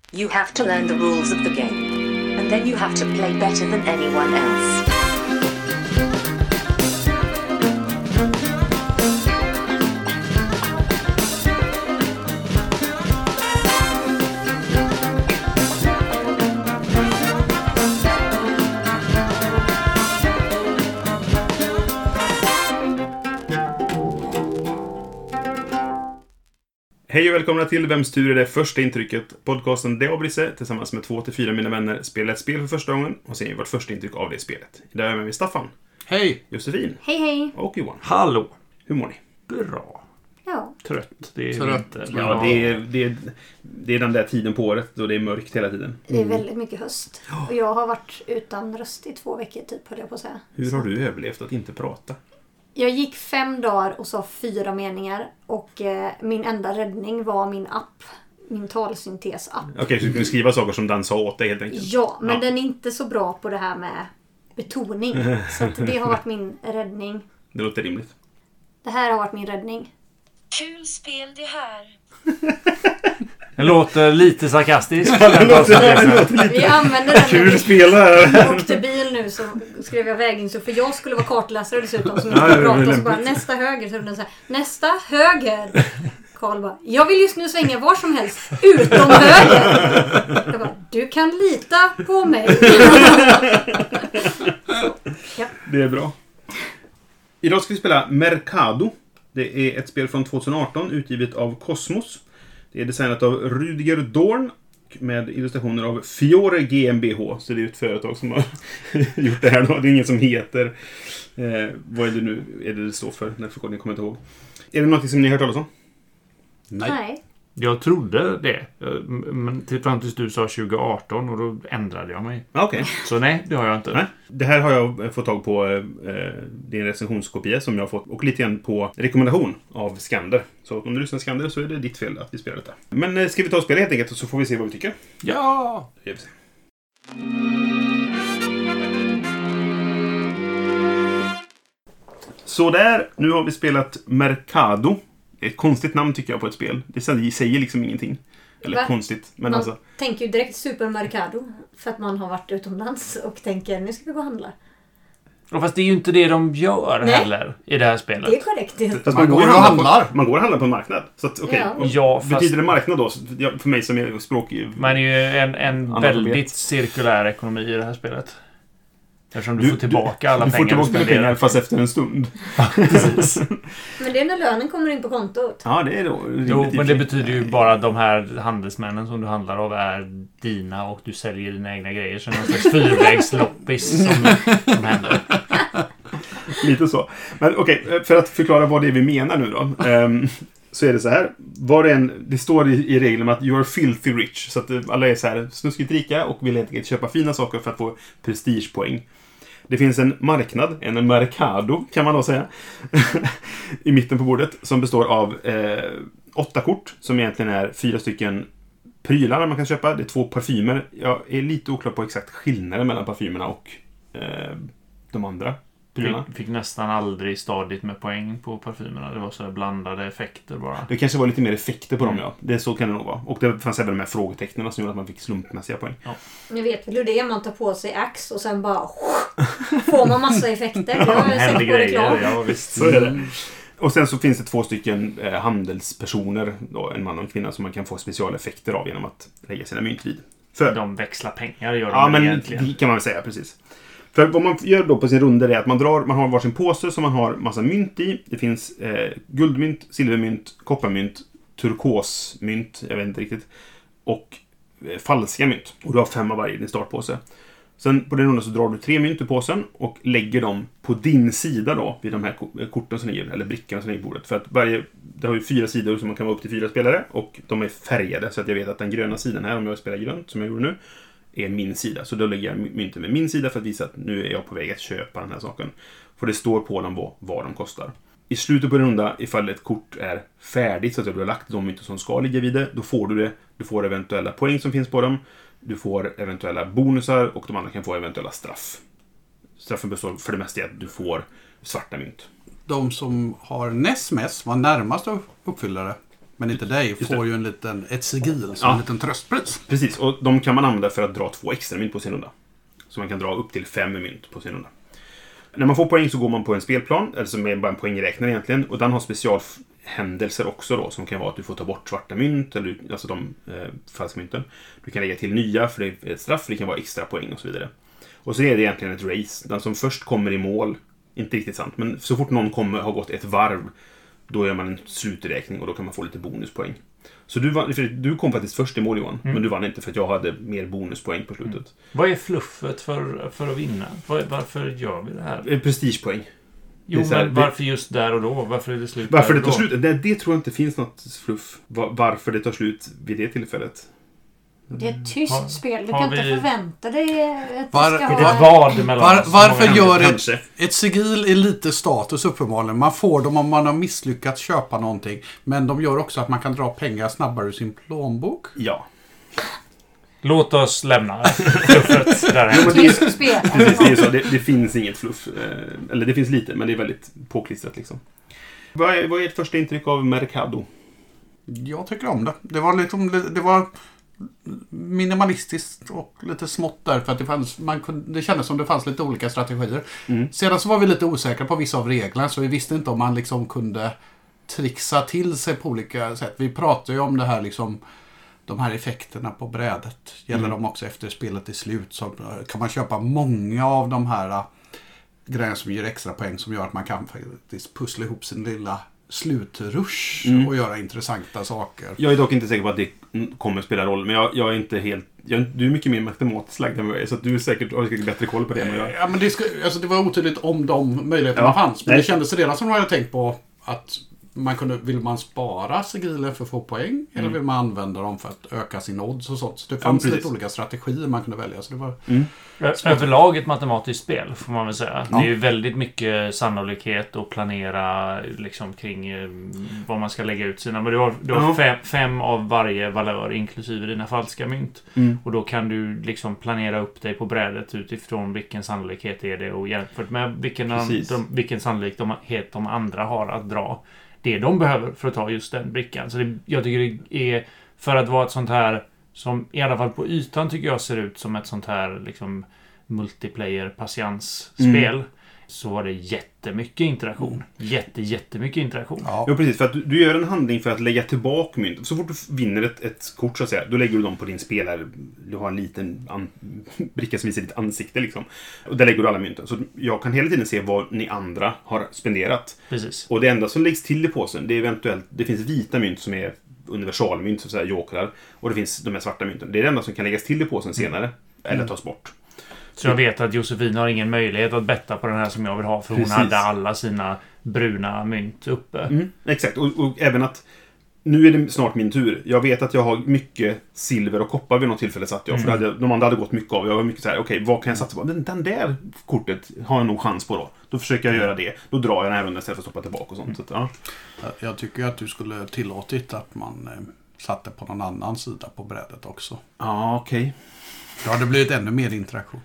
You have to learn the rules of the game. And then you have to play better than anyone else. Hej och välkomna till Vems tur är det första intrycket? Podcasten Det och Brisse tillsammans med 2-4 mina vänner spelar ett spel för första gången och ser vårt första intryck av det spelet. Idag är jag med Staffan. Hej! Josefin. Hej hej! Och Johan. Hallå! Hur mår ni? Bra. Ja. Trött. Det är Trött. inte. Ja, det är den där tiden på året då det är mörkt hela tiden. Det är väldigt mycket höst. Och jag har varit utan röst i 2 veckor typ, höll jag på att säga. Hur har du överlevt att inte prata? Jag gick 5 dagar och sa 4 meningar. Och min enda räddning var min app. Min talsyntes-app. Okej, så du kan skriva saker som den sa åt dig helt enkelt. Ja, men den är inte så bra på det här med betoning. Så att det har varit min räddning. Det låter rimligt. Det här har varit min räddning. Kul spel det här. Det låter lite sarkastiskt. Vi använder den Kul när vi spelare! åkte bil nu, så skrev jag väginso. För jag skulle vara kartläsare dessutom. Som inte prata, så bara nästa höger. Så den så här, nästa höger. Karl bara, jag vill just nu svänga var som helst utom höger. Jag bara, du kan lita på mig. Så, ja. Det är bra. Idag ska vi spela Mercado. Det är ett spel från 2018 utgivet av Cosmos. Det är designat av Rudiger Dorn med illustrationer av Fiore GmbH. Så det är ett företag som har gjort det här. Det är ingen som heter... vad är det nu är det står för? När förkortningen kommer inte ihåg. Är det något som ni har hört talas om? Nej. Jag trodde det. Men till fram tills du sa 2018 och då ändrade jag mig. Okej. Så nej, det har jag inte. Nej. Det här har jag fått tag på. Det är en recensionskopia som jag har fått. Och lite grann på rekommendation av Skander. Så om du lyssnar Skander så är det ditt fel att vi spelar detta. Men ska vi ta och spela helt enkelt och så får vi se vad vi tycker. Ja! Det gör vi se. Så där, nu har vi spelat Mercado. Ett konstigt namn tycker jag på ett spel. Det säger liksom ingenting. Eller konstigt. Men man alltså... tänker ju direkt Supermercado. För att man har varit utomlands och tänker, nu ska vi gå och handla. Och fast det är ju inte det de gör Nej. heller i det här spelet. Det är korrekt. Fast man går och handlar. Man går och handlar på en marknad. Så att, okej. Ja. Ja, fast Betyder det marknad då? För mig som är språk... man är ju en väldigt cirkulär ekonomi i det här spelet. Eftersom du får tillbaka alla pengar. Du får tillbaka pengar fast efter en stund. Precis. Men det är när lönen kommer in på kontot. Ja, det är då. Jo, men det betyder ju bara att de här handelsmännen som du handlar av är dina och du säljer dina egna grejer. Så det är någon slags fyrvägsloppis som händer. Lite så. Men okej, för att förklara vad det är vi menar nu då. Så är det så här. Det står i reglerna att you are filthy rich. Så att alla är så här snuskigt rika och vill helt enkelt köpa fina saker för att få prestigepoäng. Det finns en marknad, en Mercado kan man då säga, i mitten på bordet som består av 8 kort som egentligen är 4 stycken prylar man kan köpa. Det är 2 parfymer. Jag är lite oklar på exakt skillnaden mellan parfymerna och de andra prylarna. Fick nästan aldrig stadigt med poäng på parfymerna. Det var så här blandade effekter bara. Det kanske var lite mer effekter på dem, ja. Det så kan det nog vara. Och det fanns även de här frågetecknen som gjorde att man fick slumpmässiga poäng. Ja. Ni vet väl hur det är, man tar på sig ax och sen bara får man massa effekter. Jag har sett på reklam. Ja, visst. Så är det. Och sen så finns det 2 stycken handelspersoner, då, en man och en kvinna, som man kan få specialeffekter av genom att lägga sina mynt vid. För de växlar pengar, gör de ja, men egentligen. Det kan man väl säga, precis. För vad man gör då på sin runda är att man har varsin påse som man har massa mynt i. Det finns guldmynt, silvermynt, kopparmynt, turkosmynt, jag vet inte riktigt, och falska mynt. Och du har 5 av varje i din startpåse. Sen på den rundan så drar du 3 mynt i påsen och lägger dem på din sida då, vid de här korten som ligger, eller brickorna som ligger på bordet. För att det har ju 4 sidor som man kan vara upp till 4 spelare, och de är färgade så att jag vet att den gröna sidan här, om jag spelar grönt som jag gjorde nu, är min sida. Så då lägger jag mynten med min sida för att visa att nu är jag på väg att köpa den här saken. För det står på dem vad de kostar. I slutet på en runda, ifall ett kort är färdigt så att du har lagt de mynten som ska ligga vid det, då får du det. Du får eventuella poäng som finns på dem. Du får eventuella bonusar och de andra kan få eventuella straff. Straffen består för det mesta i att du får svarta mynt. De som har näst mest var närmast att uppfylla det. Men inte dig, får ju ett sigil som en liten tröstpris. Precis, och de kan man använda för att dra 2 extra mynt på sin runda. Så man kan dra upp till 5 mynt på sin runda. När man får poäng så går man på en spelplan, eller som är bara en poängräknare egentligen. Och den har specialhändelser också då, som kan vara att du får ta bort svarta mynt, eller alltså de falska mynten. Du kan lägga till nya, för det är ett straff, det kan vara extra poäng och så vidare. Och så är det egentligen ett race. Den som först kommer i mål, inte riktigt sant, men så fort någon har gått ett varv, då gör man en sluträkning och då kan man få lite bonuspoäng. Så du kom faktiskt först i mål, Johan, men du vann inte för att jag hade mer bonuspoäng på slutet. Vad är fluffet för att vinna? Varför gör vi det här? Prestigepoäng. Jo, men varför just där och då? Varför är det slut? Varför det tar slut? Det tror jag inte finns något fluff. Varför det tar slut vid det tillfället. Det är ett tyst spel. Du kan inte förvänta dig att varför gör ett sigil är lite status uppenbarligen. Man får dem om man har misslyckats köpa någonting. Men de gör också att man kan dra pengar snabbare ur sin plånbok. Ja. Låt oss lämna fluffet där. Tyst spel. Precis, det finns inget fluff. Eller det finns lite, men det är väldigt påklistrat liksom. Vad är ert första intryck av Mercado? Jag tycker om det. Det var minimalistiskt och lite smått där för att det kändes som det fanns lite olika strategier. Sedan så var vi lite osäkra på vissa av reglerna, så vi visste inte om man liksom kunde trixa till sig på olika sätt. Vi pratade ju om det här liksom, de här effekterna på brädet. Gäller de också efter spelet är slut, så kan man köpa många av de här grejerna som ger extra poäng, som gör att man kan faktiskt pussla ihop sin lilla slutrush och göra intressanta saker. Jag är dock inte säker på att det kommer att spela roll, men jag är inte helt... du är mycket mer matematiskt lagd än vad jag är, så att du har säkert bättre koll på det än vad jag är. Ja, men det var otydligt om de möjligheterna fanns. Men det kändes redan som jag hade tänkt på att vill man spara sigilen för att få poäng, eller vill man använda dem för att öka sin odds och sånt. Så det fanns lite olika strategier man kunde välja. Så det var överlag ett matematiskt spel, får man väl säga. Ja. Det är ju väldigt mycket sannolikhet att planera liksom, kring vad man ska lägga ut sina. Men du har 5 av varje valör, inklusive dina falska mynt. Och då kan du liksom planera upp dig på brädet utifrån vilken sannolikhet är det, och jämfört med vilken sannolikhet de andra har att dra det de behöver för att ta just den brickan. Så jag tycker det är, för att vara ett sånt här som i alla fall på ytan tycker jag ser ut som ett sånt här liksom multiplayer patiensspel, så var det jättemycket interaktion. Jättemycket interaktion. Ja, precis. För att du gör en handling för att lägga tillbaka mynt. Så fort du vinner ett kort, så att säga, då lägger du dem på din spelare. Du har en liten bricka som visar ditt ansikte liksom. Och där lägger du alla mynten. Så jag kan hela tiden se vad ni andra har spenderat. Precis. Och det enda som läggs till i påsen, det är eventuellt, det finns vita mynt som är universalmynt, så att säga, jokrar. Och det finns de här svarta mynten. Det är det enda som kan läggas till i påsen senare. Eller tas bort. Så jag vet att Josefin har ingen möjlighet att betta på den här som jag vill ha, för hon hade alla sina bruna mynt uppe. Exakt, och även att nu är det snart min tur. Jag vet att jag har mycket silver och koppar vid något tillfälle satt jag. För de andra hade gått mycket av. Jag var mycket så här, okej, vad kan jag satsa på? Den där kortet har jag nog chans på då. Då försöker jag göra det. Då drar jag den här rundan istället för att stoppa tillbaka och sånt. Så att, ja. Jag tycker att du skulle tillåtit att man satte på någon annan sida på brädet också. Ja, okej. Då hade det blivit ännu mer interaktion.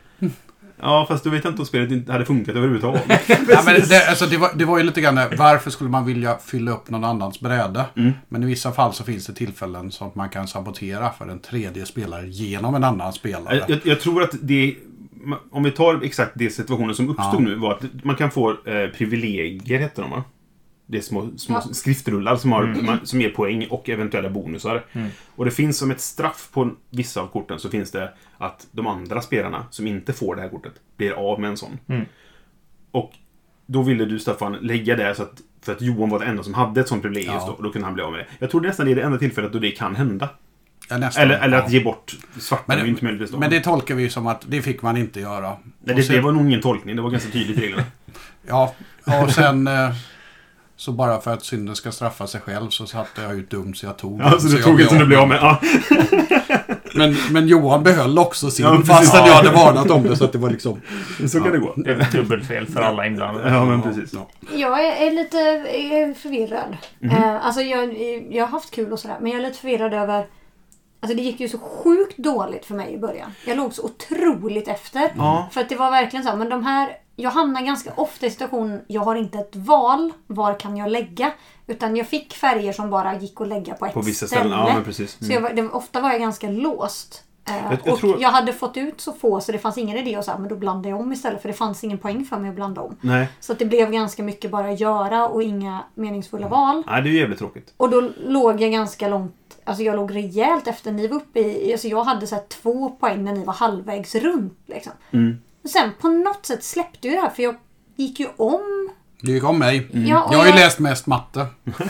Ja, fast du vet inte om spelet inte hade funkat överhuvudtaget. Ja, men det var ju lite grann, varför skulle man vilja fylla upp någon annans bräde? Men i vissa fall så finns det tillfällen som att man kan sabotera för en tredje spelare genom en annan spelare. Jag tror att det, om vi tar exakt det situationen som uppstod nu, var att man kan få privilegier, heter de, va? Det är små skriftrullar som ger poäng och eventuella bonusar. Och det finns som ett straff på vissa av korten, så finns det att de andra spelarna som inte får det här kortet blir av med en sån. Och då ville du, Staffan, lägga det så att, för att Johan var det enda som hade ett sånt privilegium, och då kunde han bli av med det. Jag tror nästan det är det enda tillfället då det kan hända. Eller att ge bort svarta mynt möjligtvis. Men det tolkar vi som att det fick man inte göra. Nej, det var nog ingen tolkning, det var ganska tydligt i reglerna. Ja, och sen... Så bara för att synden ska straffa sig själv så satte jag ju dumt så jag tog. Ja, så du tog det som du blev av med. Ja. Men Johan behöll också sin, fast jag hade varnat om det, så att det var liksom... Så kan det gå. Det är dubbelfel för alla inblandade. Ja, men precis. Ja. Jag är lite förvirrad. Alltså jag har haft kul och sådär, men jag är lite förvirrad över... Alltså det gick ju så sjukt dåligt för mig i början. Jag låg så otroligt efter. För att det var verkligen så här, men de här jag hamnar ganska ofta i situationen, jag har inte ett val, var kan jag lägga? Utan jag fick färger som bara gick att lägga på ett ställe. På vissa ställen, ja men precis. Så ofta var jag ganska låst. Jag hade fått ut så få så det fanns ingen idé att säga, men då blandade jag om istället. För det fanns ingen poäng för mig att blanda om. Nej. Så att det blev ganska mycket bara göra och inga meningsfulla val. Nej, det är ju jävligt tråkigt. Och då låg jag ganska långt. Alltså jag låg rejält efter. Ni var uppe i... Alltså jag hade så här 2 poäng när ni var halvvägs runt. Liksom. Och sen på något sätt släppte ju det här. För jag gick ju om... Det gick om mig. Ja, jag har ju läst mest matte.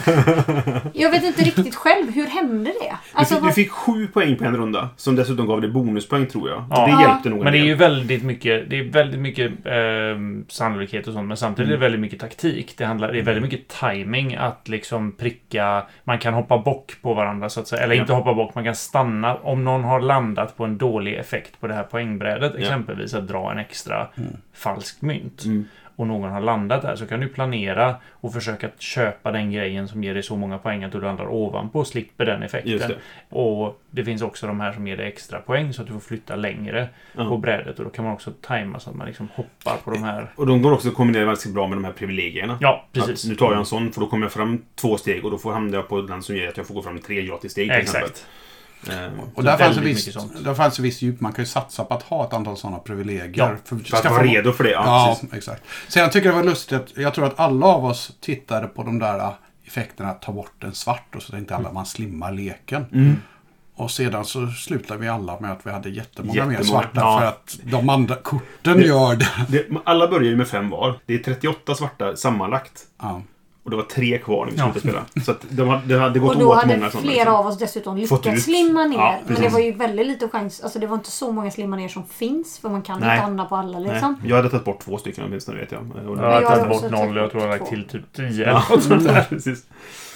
Jag vet inte riktigt själv. Hur hände det? Alltså, du fick 7 poäng på en runda. Som dessutom gav dig bonuspoäng, tror jag. Ja. Det hjälpte nog. Men det är ju väldigt mycket sannolikhet och sånt. Men samtidigt är det väldigt mycket taktik. Det är väldigt mycket timing att liksom pricka. Man kan hoppa bock på varandra så att säga. Eller inte hoppa bock. Man kan stanna. Om någon har landat på en dålig effekt på det här poängbrädet. Exempelvis att dra en extra falsk mynt. Och någon har landat där, så kan du planera och försöka köpa den grejen som ger dig så många poäng att du landar ovanpå och slipper den effekten. Och det finns också de här som ger dig extra poäng så att du får flytta längre på brädet, och då kan man också tajma så att man liksom hoppar på de här. Och de går också att kombinera väldigt bra med de här privilegierna. Ja, precis. Att nu tar jag en sån, för då kommer jag fram 2 steg och då hamnar jag på den som ger att jag får gå fram 3 gratis steg. Exakt. Och där fanns ju viss djup. Man kan ju satsa på att ha ett antal sådana privilegier. För att vara redo för det. Ja, exakt. Sen tycker jag det var lustigt att jag tror att alla av oss tittade på de där effekterna att ta bort en svart och så tänkte alla man slimmar leken. Och sedan så slutade vi alla med att vi hade jättemånga mer svarta för att de andra korten gör det. Alla börjar ju med 5 var. Det är 38 svarta sammanlagt. Ja. Och det var 3 kvar när vi slutade spela. Så att det hade gått åt många. Och då hade flera av oss dessutom lyckats slimma ner. Ja, men det var ju väldigt lite chans. Alltså det var inte så många slimma ner som finns. För man kan inte hamna på alla liksom. Nej. Jag hade tagit bort 2 stycken åtminstone, vet jag. Jag hade tagit bort 0. Jag tror jag lagt till typ 10. Precis.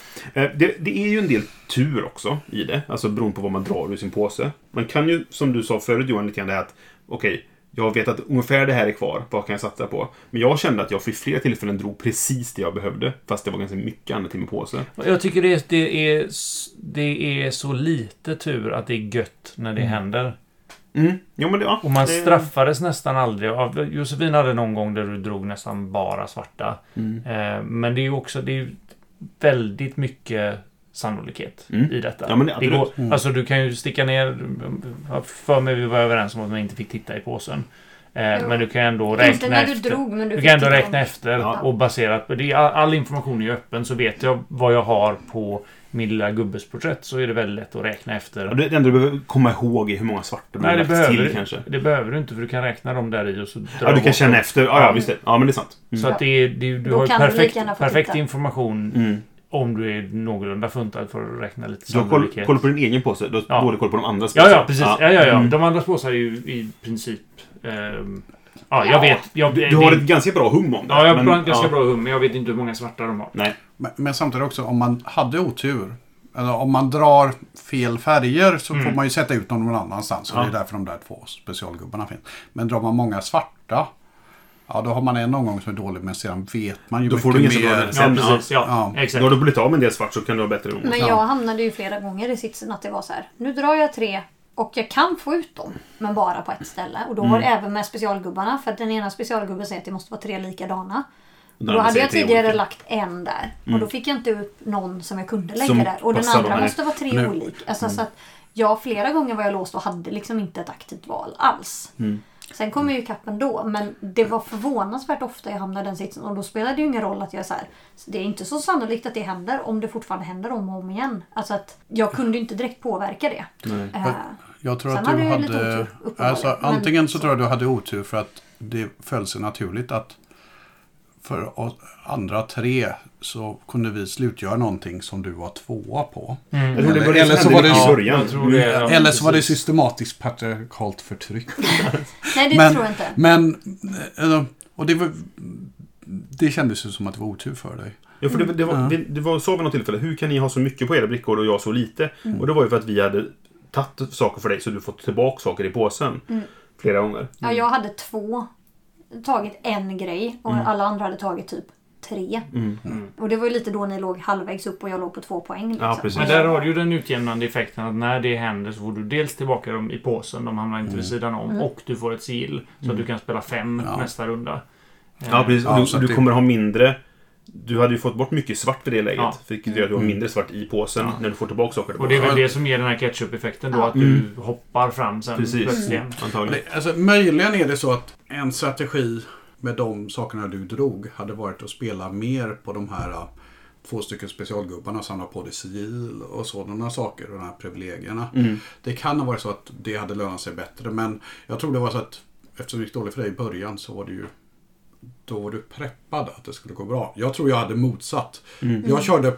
Det är ju en del tur också i det. Alltså beroende på vad man drar ur sin påse. Man kan ju, som du sa förut Johan, lite grann det här att okej, jag vet att ungefär det här är kvar. Vad kan jag satsa på? Men jag kände att jag för flera tillfällen drog precis det jag behövde. Fast det var ganska mycket annat i min påse. Jag tycker det är så lite tur att det är gött när det händer. Jo, men och man straffades nästan aldrig. Josefin hade någon gång där du drog nästan bara svarta. Men det är ju också väldigt mycket sannolikhet i detta. Ja, men det går, alltså du kan ju sticka ner, för mig vi var överens om att man inte fick titta i påsen. Men du kan ändå räkna efter. Du kan ändå räkna efter och baserat på det. All information är öppen, så vet jag vad jag har på min lilla gubbesporträtt, så är det väldigt lätt att räkna efter. Ja, det enda du behöver komma ihåg är hur många svarta du har till kanske. Det behöver du inte, för du kan räkna dem där i och så dra du kan känna efter. Ja, visst det. Ja, men det är sant. Så att du har ju perfekt information. Om du är någorlunda funtad för att räkna lite sannolikhet. Koll på din egen påse, då har du koll på de andras påse. Ja, precis. Ja. De andras påsar är ju i princip... jag vet. Du har ett ganska bra hum om det. Ja, jag har ett ganska bra hum, men jag vet inte hur många svarta de har. Nej. Men samtidigt också, om man hade otur, eller om man drar fel färger, så får man ju sätta ut dem någon annanstans. Och det är därför de där 2 specialgubbarna finns. Men drar man många svarta, då har man en omgång som är dålig, men sedan vet man ju då får mycket du mer. Precis. Exakt. Då har du blivit av med en del svart, så kan du ha bättre rum. Men jag hamnade ju flera gånger i sitsen att det var så här: nu drar jag 3 och jag kan få ut dem, men bara på ett ställe. Och då var det även med specialgubbarna, för att den ena specialgubben säger att det måste vara 3 likadana. Då hade jag tidigare lagt en där. Och då fick jag inte ut någon som jag kunde lägga där. Och den andra måste vara 3 olika. Alltså, så att flera gånger var jag låst och hade liksom inte ett aktivt val alls. Sen kom jag ju kappen då, men det var förvånansvärt ofta jag hamnade i den sitsen. Och då spelade det ju ingen roll att jag så här, det är inte så sannolikt att det händer om det fortfarande händer om och om igen. Alltså att jag kunde inte direkt påverka det. Jag tror att du hade alltså, antingen så tror jag du hade otur för att det föll sig naturligt att för oss andra 3 så kunde vi slutgöra någonting som du var 2 på. Eller så var det systematiskt patriarkalt förtryck. Nej, det tror jag inte. Men och det kändes ju som att det var otur för dig. Ja, för det var så vid något tillfälle. Hur kan ni ha så mycket på era brickor och jag så lite? Och det var ju för att vi hade tagit saker för dig så du fått tillbaka saker i påsen flera gånger. Ja, jag hade 2 tagit en grej och alla andra hade tagit typ 3. Och det var ju lite då ni låg halvvägs upp och jag låg på 2 poäng. Liksom. Ja, precis. Men där har du ju den utjämnande effekten att när det händer så får du dels tillbaka dem i påsen, de hamnar inte vid sidan om, och du får ett sigill så att du kan spela 5 nästa runda. Ja, precis. Och du kommer ha mindre... Du hade ju fått bort mycket svart vid det läget. Vilket gör att du har mindre svart i påsen när du får tillbaka saker. Och det är väl det som ger den här ketchup-effekten då. Att du hoppar fram sen. Precis. Antagligen. Alltså, möjligen är det så att en strategi med de sakerna du drog hade varit att spela mer på de här 2 stycken specialgubbarna, samla på det sigil och sådana saker, de här privilegierna. Det kan ha varit så att det hade lönat sig bättre, men jag tror det var så att eftersom det gick dåligt för dig i början så var det ju då var du preppad att det skulle gå bra. Jag tror jag hade motsatt. Jag körde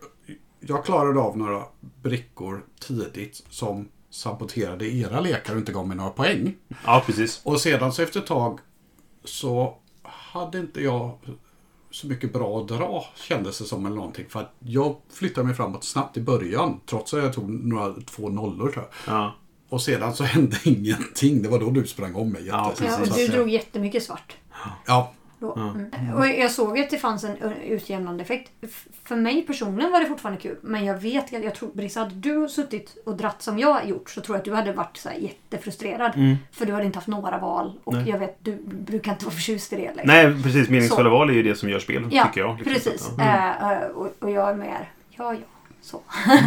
jag klarade av några brickor tidigt som saboterade era lekar och inte gav mig några poäng. Ja, precis. Och sedan så efter ett tag så hade inte jag så mycket bra att dra, kändes det som eller någonting. För att jag flyttade mig framåt snabbt i början, trots att jag tog 2 nollor tror jag. Ja. Och sedan så hände ingenting. Det var då du sprang om mig. Ja, och du drog jättemycket svart. Ja. Och jag såg att det fanns en utjämnande effekt. För mig personligen var det fortfarande kul. Men jag tror, Brissa, hade du suttit och dratt som jag har gjort så tror jag att du hade varit så här jättefrustrerad. För du hade inte haft några val. Och jag vet, du brukar inte vara förtjust i det. Liksom. Nej, precis. Meningsfulla val är ju det som gör spel, tycker jag. Liksom. Precis. Och jag är mer, så.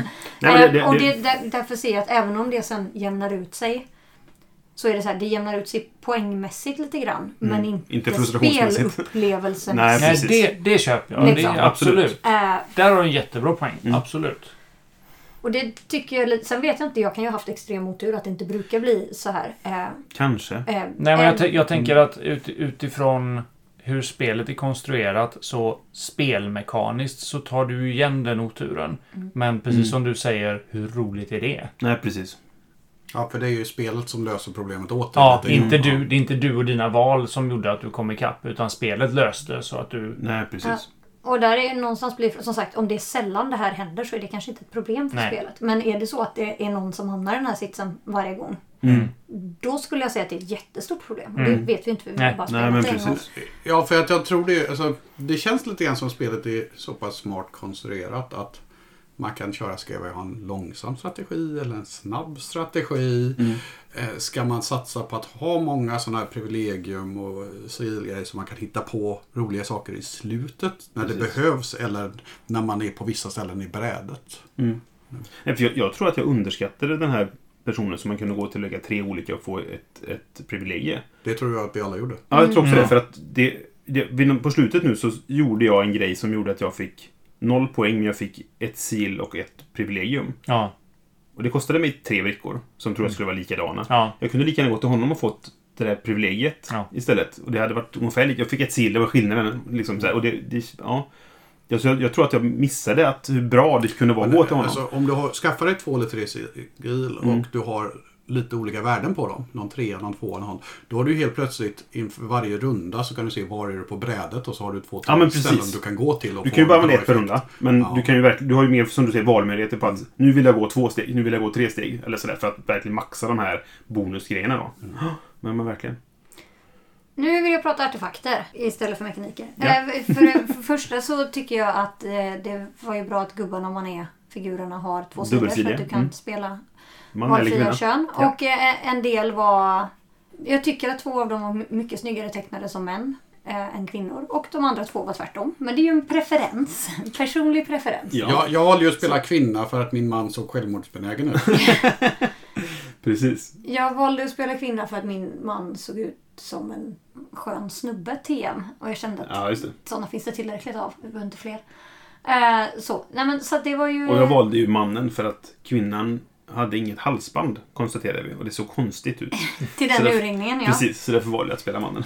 Och därför ser jag att även om det sen jämnar ut sig så är det så här, det jämnar ut sig poängmässigt lite grann. Men inte spelupplevelsen. Nej, det köper jag. Liksom. Det är absolut. Där har du en jättebra poäng. Absolut. Och det tycker jag lite, sen vet jag inte, jag kan ju ha haft extrem otur att det inte brukar bli så här. Kanske. Nej, men jag tänker att utifrån hur spelet är konstruerat så spelmekaniskt så tar du igen den oturen. Men precis som du säger, hur roligt är det? Nej, precis. Ja, för det är ju spelet som löser problemet åt dig. Ja, det är inte du och dina val som gjorde att du kom ikapp, utan spelet löste så att du... Nej, precis. Och där är någonstans som sagt, om det är sällan det här händer så är det kanske inte ett problem för spelet. Men är det så att det är någon som hamnar i den här sitsen varje gång, då skulle jag säga att det är ett jättestort problem. Och det vet vi inte, för vi har bara spelat en gång. Ja, för att jag tror det, alltså, det känns lite grann som spelet är så pass smart konstruerat att man kan köra, ska jag ha en långsam strategi eller en snabb strategi? Ska man satsa på att ha många sådana här privilegium och grejer så man kan hitta på roliga saker i slutet när det behövs eller när man är på vissa ställen i brädet? Jag tror att jag underskattade den här personen som man kunde gå till och lägga 3 olika och få ett privilegie. Det tror jag att vi alla gjorde. Ja, jag tror också det. För att på slutet nu så gjorde jag en grej som gjorde att jag fick 0 poäng, men jag fick 1 sil och 1 privilegium. Ja. Och det kostade mig 3 brickor som tror jag skulle vara likadana. Ja. Jag kunde lika gärna gå till honom och fått det där privilegiet istället. Och det hade varit ungefär lika. Jag fick 1 sil, det var skillnaden. Liksom så här. Och jag tror att jag missade att hur bra det kunde vara att gå till honom. Alltså, om du har skaffat dig 2 eller 3 sigil och du har lite olika värden på dem, någon 3, någon 2, någon, då har du helt plötsligt inför varje runda så kan du se var är du på brädet och så har du 2 ställen du kan gå till. Och du kan ju bara med 1 per runda, men du har ju mer, som du säger, valmöjligheter på att nu vill jag gå 2 steg, nu vill jag gå 3 steg eller sådär, för att verkligen maxa de här bonusgrejerna då. Men verkligen. Nu vill jag prata artefakter istället för mekaniker. För första så tycker jag att det var ju bra att gubbarna, om man är figurerna, har 2 sidor för att du kan spela valfria kön. Och en del var... Jag tycker att 2 av dem var mycket snyggare tecknade som män än kvinnor. Och de andra 2 var tvärtom. Men det är ju en preferens. En personlig preferens. Ja. Jag valde ju att spela kvinna för att min man såg självmordsbenägen ut. Precis. Jag valde att spela kvinna för att min man såg ut som en skön snubbe, TM. Och jag kände att sådana finns det tillräckligt av. Vi behöver inte fler. Så det var ju... Och jag valde ju mannen för att kvinnan hade inget halsband, konstaterade vi. Och det såg konstigt ut. Till den urringningen, ja. Precis, så därför valde jag att spela mannen.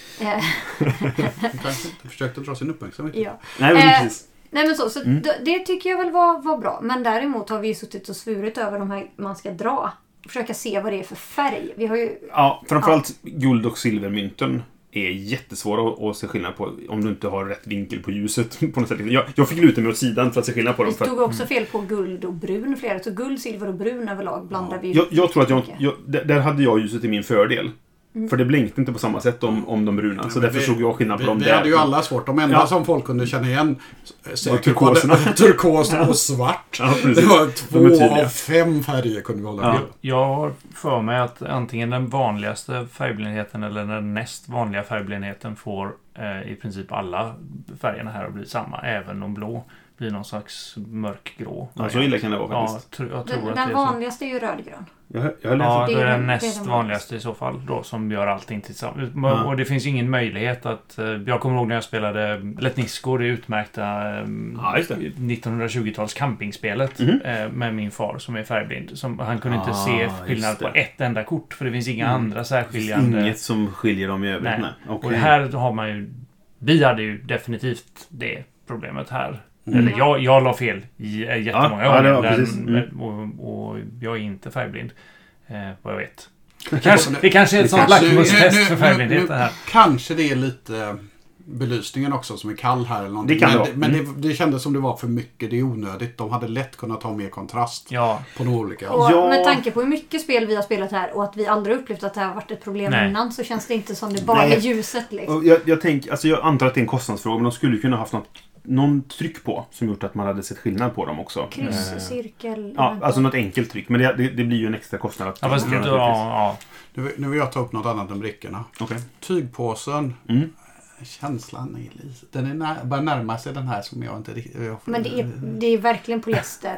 Du försökte dra sin uppmärksamhet. Ja. Nej, men precis. Nej, men så det tycker jag väl var bra. Men däremot har vi suttit och svurit över de här man ska dra. Försöka se vad det är för färg. Vi har ju... Ja, framförallt guld- och silvermynten är jättesvåra att se skillnad på om du inte har rätt vinkel på ljuset på något sätt. Jag fick luta mig åt sidan för att se skillnad på dem. Det stod också fel på guld och brun flera. Så guld, silver och brun överlag blandar vi. Jag tror att där hade jag ljuset i min fördel. För det blinkade inte på samma sätt om de bruna. Så därför såg jag skillnad på dem. Vi hade ju alla svårt. De enda som folk kunde känna igen säkert var turkos och svart. Ja, det var 2 av 5 färger kunde vi hålla till. Jag har för mig att antingen den vanligaste färgblindheten eller den näst vanliga färgblindheten får i princip alla färgerna här att bli samma. Även om blå blir någon slags mörkgrå. Ja, så illa kan det vara faktiskt. Jag tror att den vanligaste är ju rödgrön. Det är den näst vanligaste i så fall då, som gör allting tillsammans. Och det finns ju ingen möjlighet att... Jag kommer ihåg när jag spelade Letnisco, det utmärkta 1920-tals campingspelet med min far som är färgblind. Han kunde inte se skillnad på ett enda kort, för det finns inga andra särskiljande... Inget som skiljer dem i övrigt. Nej. Okay. Och här har man ju... Vi hade ju definitivt det problemet här. Eller jag la fel jättemånga gånger. Och jag är inte färgblind. Vad jag vet. Det kanske är ett sånt lackmustest för färgblindhet det här. Kanske det är lite belysningen också som är kall här. Eller någonting. Men det kändes som det var för mycket. Det är onödigt. De hade lätt kunnat ha mer kontrast på de olika. Och med tanke på hur mycket spel vi har spelat här och att vi aldrig upplevt att det har varit ett problem innan, så känns det inte som det bara är ljuset. Liksom. Jag antar att det är en kostnadsfråga, men de skulle kunna haft någon tryck på som gjort att man hade sett skillnad på dem också. Kryss, cirkel. Ja, alltså något enkelt tryck. Men det blir ju en extra kostnad. Att Nu vill jag ta upp något annat än brickorna. Okay. Tygpåsen. Känslan är lite... Den börjar närma sig den här som jag inte riktigt... Men det är verkligen polyester.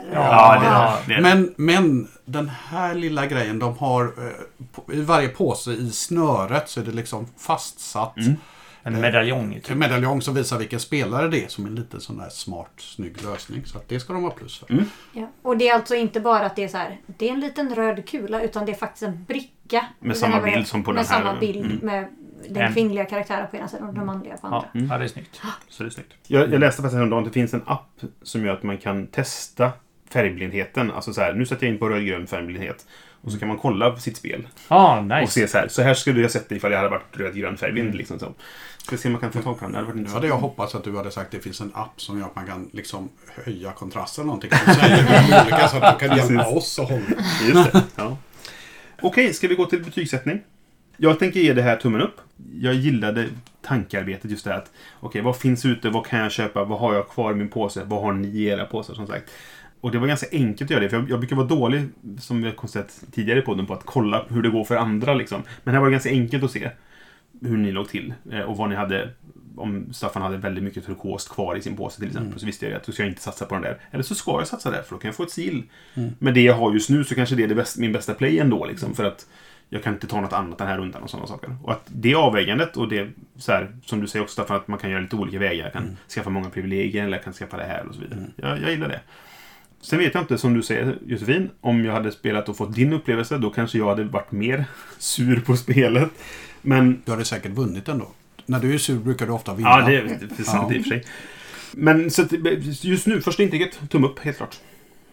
Men den här lilla grejen, de har i varje påse i snöret så är det liksom fastsatt. En medaljong. En medaljong som visar vilken spelare det är, som en liten sån där smart, snygg lösning. Så att det ska de ha plus för. Ja. Och det är alltså inte bara att det är så här, det är en liten röd kula, utan det är faktiskt en bricka. Med samma bild som på den här. Med samma bild med den kvinnliga karaktären på ena sidan och den manliga på andra. Ja, det är snyggt. Så det är snyggt. Jag läste faktiskt häromdagen att det finns en app som gör att man kan testa färgblindheten. Alltså så här, nu sätter jag in på rödgrön färgblindhet. Och så kan man kolla på sitt spel. Nice. Och se så här skulle jag sett det ifall jag hade varit rödgrön färgblind. Liksom så. Ska se om man kan få tag på den. Nu hade jag hoppats att du hade sagt att det finns en app som gör att man kan liksom höja kontrasten eller någonting. Så olika, så att du kan hjälpa oss att hålla. Just det, ja. Okej, ska vi gå till betygssättning? Jag tänker ge det här tummen upp. Jag gillade tankearbetet just det här. Okej, vad finns ute? Vad kan jag köpa? Vad har jag kvar i min påse? Vad har ni i era påsar som sagt? Och det var ganska enkelt att göra det. För jag brukar vara dålig, som vi har sett tidigare på podden, på att kolla hur det går för andra. Liksom. Men här var det ganska enkelt att se hur ni låg till. Och vad ni hade, om Staffan hade väldigt mycket turkost kvar i sin påse till exempel. Så visste jag att då ska jag inte satsa på den där. Eller så ska jag satsa där, för då kan jag få ett sil. Men det jag har just nu så kanske det är min bästa play ändå. Liksom, för att jag kan inte ta något annat den här rundan och sådana saker. Och att det avvägandet och det så här, som du säger också Staffan, att man kan göra lite olika vägar. Jag kan skaffa många privilegier eller jag kan skaffa det här och så vidare. Jag gillar det. Sen vet jag inte, som du säger Josefin, om jag hade spelat och fått din upplevelse, då kanske jag hade varit mer sur på spelet. Men du hade säkert vunnit ändå. När du är sur brukar du ofta vinna. Ja, det är sant i och för sig. Men så just nu, första intyget, tumme upp, helt klart.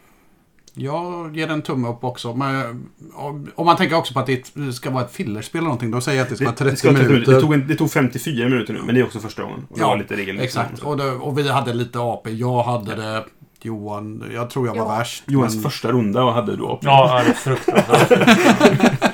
Jag ger en tumme upp också. Men om man tänker också på att det ska vara ett fillerspel eller någonting, då säger jag att det ska vara 30 minuter. Det tog 54 minuter nu, men det är också första gången. Och det var lite regel. Exakt. Och vi hade lite AP. Jag hade det... Johan, jag tror jag var värst. Johans första runda hade du AP. Ja, det är fruktansvärt.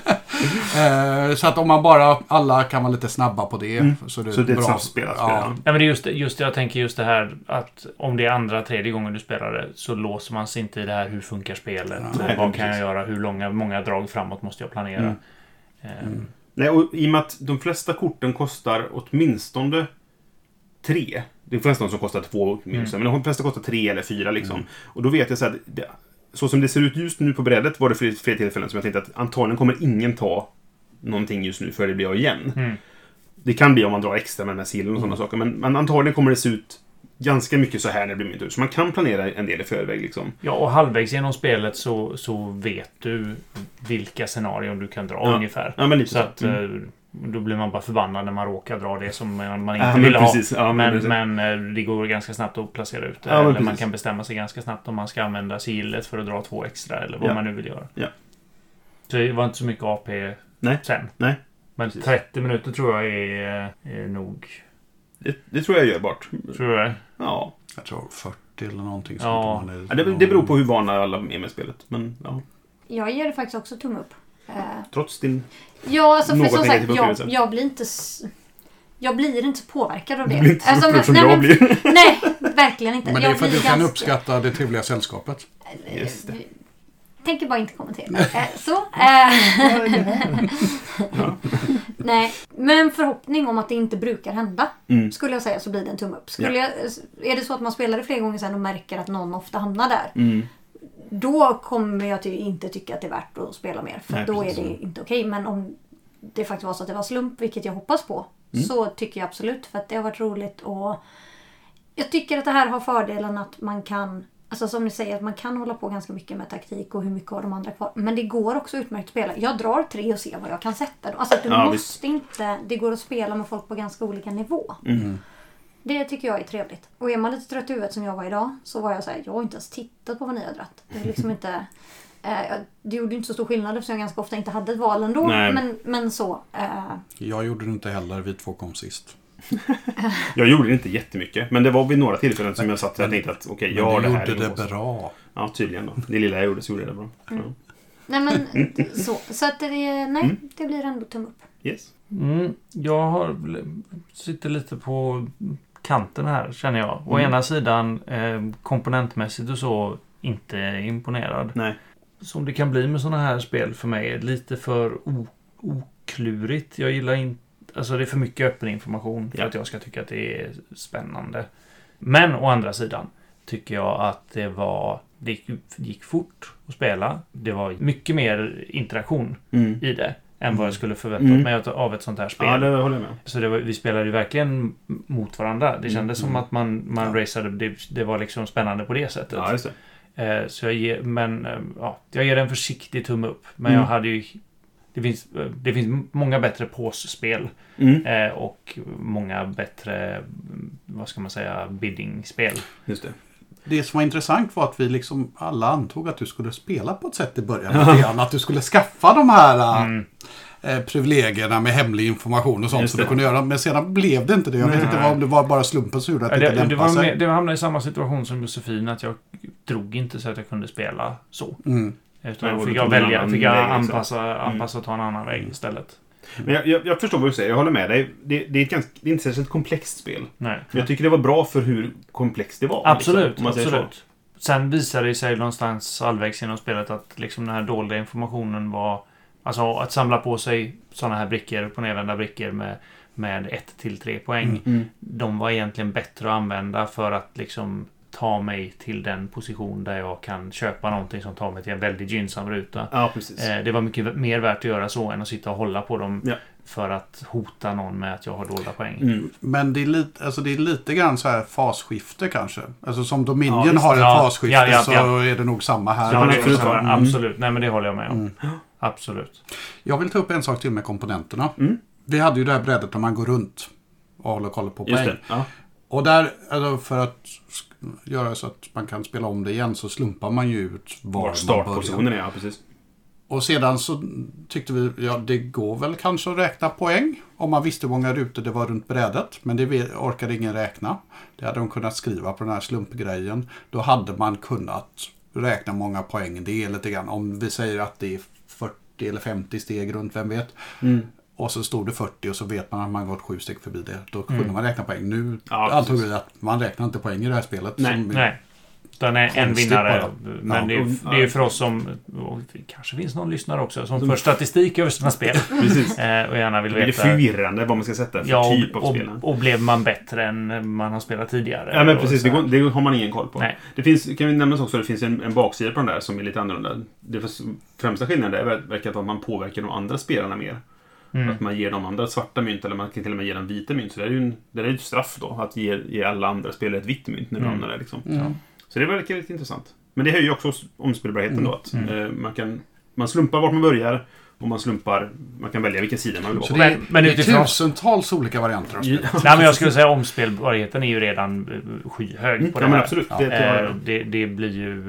Så att om man bara, alla kan vara lite snabba på det. Så det är ett snabbt spelat. Ja, men det är just jag tänker just det här att om det är andra, tredje gången du spelar det, så låser man sig inte i det här, hur funkar spelet? Vad kan jag göra? Hur många drag framåt måste jag planera? Nej, och i och med att de flesta korten kostar åtminstone 3. Det är flesta som kostar 2 minus, men de flesta kostar 3 eller 4 liksom. Och då vet jag så att så som det ser ut just nu på brädet var det fler tillfällen som jag tänkte att antagligen kommer ingen ta någonting just nu för det blir av igen. Det kan bli om man drar extra med den här silen och sådana saker, men antagligen kommer det se ut ganska mycket så här när det blir min tur. Så man kan planera en del i förväg liksom. Ja, och halvvägs genom spelet så vet du vilka scenarion du kan dra ungefär. Ja, men lite så att då blir man bara förbannad när man råkar dra det som man inte vill ha. Ja, men det går ganska snabbt att placera ut det. Eller man kan bestämma sig ganska snabbt om man ska använda sillet för att dra 2 extra eller vad man nu vill göra. Ja. Så det var inte så mycket AP sen. Nej. Men 30 minuter tror jag är nog. Det tror jag är görbart. Tror du det? Ja. Jag tror 40 eller någonting. Det beror på hur vana alla är med spelet. Men, ja. Jag ger det faktiskt också tumme upp. Trots din Ja, alltså för något som sagt, negativa upplevelse. jag blir inte så påverkad av det. Du blir inte så alltså, upprörd som jag blir. Nej, verkligen inte. Men det är Jag för att du blir kan ganska- uppskatta det trevliga sällskapet. Just det. Tänker bara inte kommentera. Nej, men förhoppning om att det inte brukar hända. Skulle jag säga, så blir det en tumme upp. Är det så att man spelar det fler gånger sen och märker att någon ofta hamnar där. Då kommer jag inte tycka att det är värt att spela mer. För då är det inte okej. Men om det faktiskt var så att det var slump, vilket jag hoppas på. Så tycker jag absolut. För att det har varit roligt. Och jag tycker att det här har fördelen att man kan... Alltså som ni säger, att man kan hålla på ganska mycket med taktik och hur mycket av de andra kvar. Men det går också utmärkt att spela. Jag drar 3 och ser vad jag kan sätta. Alltså att du måste inte... Det går att spela med folk på ganska olika nivå. Det tycker jag är trevligt. Och är man lite trött i huvudet som jag var idag, så var jag så här, jag har inte ens tittat på vad ni har dratt. Det är liksom inte... det gjorde inte så stor skillnad eftersom jag ganska ofta inte hade ett val ändå. Men så... Jag gjorde det inte heller, vi 2 kom sist. Jag gjorde det inte jättemycket. Men det var vid några tillfällen som jag satt och tänkte att okej, jag har det här. Du gjorde det bra. Ja, tydligen då. Det lilla jag gjorde så gjorde jag det bra. Ja. Nej men så att det blir ändå tumme upp. Yes. Jag sitter lite på kanten här, känner jag. Å ena sidan komponentmässigt och så inte imponerad. Nej. Som det kan bli med såna här spel för mig är lite för oklurigt. Jag gillar inte... Alltså det är för mycket öppen information för att jag ska tycka att det är spännande. Men å andra sidan tycker jag att det gick fort att spela. Det var mycket mer interaktion i det än vad jag skulle förväntat mig av ett sånt här spel. Ja, det håller jag med. Så vi spelade ju verkligen mot varandra. Det kändes som att man raceade. Det var liksom spännande på det sättet. Ja, just det. Så jag ger en försiktig tumme upp. Men jag hade ju... Det finns många bättre påsspel och många bättre, vad ska man säga, bidding-spel. Just det. Det som var intressant var att vi liksom alla antog att du skulle spela på ett sätt i början. Att du skulle skaffa de här privilegierna med hemlig information och sånt som du kunde göra. Men sedan blev det inte det. Jag vet inte om det var bara slumpen som gjorde att det inte lämpade sig. Det hamnade i samma situation som Josefin, att jag drog inte så att jag kunde spela så. Utan fick jag anpassa och ta en annan väg istället. Men jag förstår vad du säger, jag håller med dig. Det är inte särskilt komplext spel. Nej. Men jag tycker det var bra för hur komplext det var. Absolut, liksom, absolut. Sen visade det sig någonstans halvvägs genom spelet att liksom den här dolda informationen var... Alltså att samla på sig sådana här brickor, på nedvända brickor med 1-3 poäng. De var egentligen bättre att använda för att liksom... ta mig till den position där jag kan köpa någonting som tar mig till en väldigt gynnsam ruta. Ja, precis. Det var mycket mer värt att göra så än att sitta och hålla på dem för att hota någon med att jag har dolda poäng. Men det är lite grann så här fasskifte kanske. Alltså som Dominion har ett fasskifte så är det nog samma här. Ja, absolut. Nej, men det håller jag med om. Absolut. Jag vill ta upp en sak till med komponenterna. Vi hade ju det här brädet där man går runt och håller koll på poäng. Och där, alltså för att göra så att man kan spela om det igen, så slumpar man ju ut var startpositionen är. Ja, precis. Och sedan så tyckte vi, det går väl kanske att räkna poäng om man visste hur många rutor det var runt brädet. Men det orkade ingen räkna. Det hade de kunnat skriva på den här slumpgrejen. Då hade man kunnat räkna många poäng. Det är lite grann, om vi säger att det är 40 eller 50 steg runt, vem vet. Och så stod det 40 och så vet man att man gått 7 steg förbi det. Då kunde man räkna poäng. Nu antog vi att man räknar inte poäng i det här spelet. Nej. Den är en vinnare. Men det är ju för oss som... kanske finns någon lyssnare också som för statistik över sina spel. Precis. Och gärna vill veta... Det är förvirrande vad man ska sätta för typ av spel. Och blev man bättre än man har spelat tidigare. Ja, men precis. Det har man ingen koll på. Nej. Det finns, kan vi nämna också, det finns en baksida på den där som är lite annorlunda. Det främsta skillnaden verkar vara att man påverkar de andra spelarna mer. Att man ger de andra svarta mynt, eller man kan till och med ge dem vita mynt. Så det är ju ett straff då, att ge alla andra spelare ett vitt mynt när de hamnar där liksom. Så det verkar lite intressant. Men det höjer ju också omspelbarheten då. Att man slumpar vart man börjar och man kan välja vilken sida man vill vara på. Men det är tusentals olika varianter av spel. Nej, men jag skulle säga omspelbarheten är ju redan skyhög på det här. Men absolut. Det blir ju...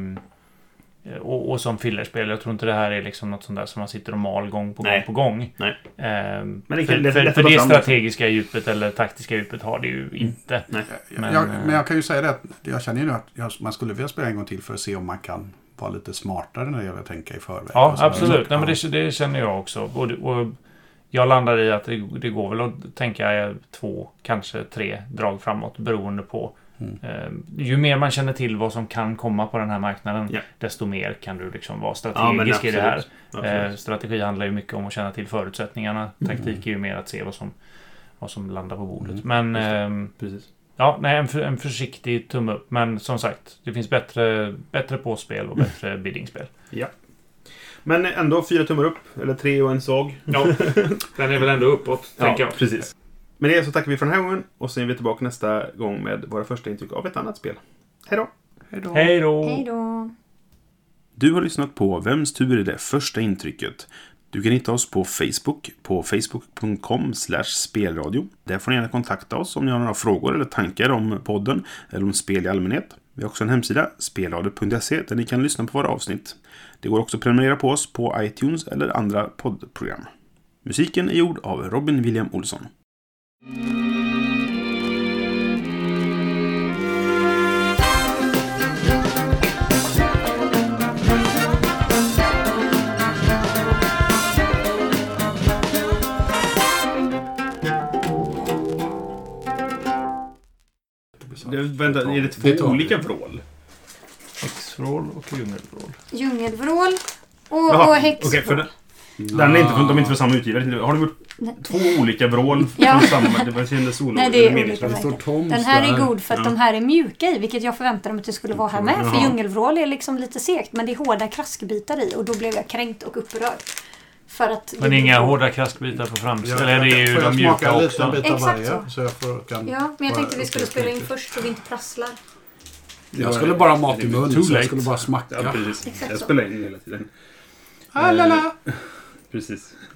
Och som fillerspel, jag tror inte det här är liksom något sånt där som man sitter och mal gång på gång. Nej. Men för det strategiska djupet eller taktiska djupet har det ju inte. Nej. Men jag kan ju säga det att jag känner ju nu att man skulle vilja spela en gång till för att se om man kan vara lite smartare när det gäller att tänka i förväg. Ja, absolut. Nej, men det känner jag också. Och jag landar i att det går väl att tänka 2, kanske 3 drag framåt beroende på. Ju mer man känner till vad som kan komma på den här marknaden, desto mer kan du liksom vara strategisk i det här. Strategi handlar ju mycket om att känna till förutsättningarna. Taktik är ju mer att se vad som landar på bordet. Men precis. Ja, nej, en försiktig tumme upp. Men som sagt, det finns bättre påspel och bättre biddingspel. Ja. Men ändå 4 tummar upp, eller 3 och en svag. Ja, den är väl ändå uppåt, tänker jag. Precis. Med det så tackar vi för den här gången och sen är vi tillbaka nästa gång med våra första intryck av ett annat spel. Hej då! Hej då! Hej då! Du har lyssnat på Vems tur är det första intrycket? Du kan hitta oss på Facebook, på facebook.com/spelradio. Där får ni gärna kontakta oss om ni har några frågor eller tankar om podden eller om spel i allmänhet. Vi har också en hemsida, spelradio.se, där ni kan lyssna på våra avsnitt. Det går också att prenumerera på oss på iTunes eller andra poddprogram. Musiken är gjord av Robin William Olsson. Vänta, är det 2 olika vrål? Häxvrål och djungelvrål. Djungelvrål och häxvrål. Okej, för de är inte för samma utgivare. Har du gjort 2 olika vrål från samma? Det kändes Nej, det är olika. Den här är god för att de här är mjuka i, vilket jag förväntade mig att det skulle vara här med. För djungelvrål är liksom lite segt, men det är hårda kraskbitar i och då blev jag kränkt och upprörd. För att men inga hårda kraskbitar på framsidan. Eller det är ju de mjuka också. Exakt så. Men jag tänkte vi skulle spela in först så vi inte prasslar. Jag skulle bara mat i mun, så jag skulle bara smacka. Ja, precis. Exakt jag så. spelar in hela tiden. Lala. Precis.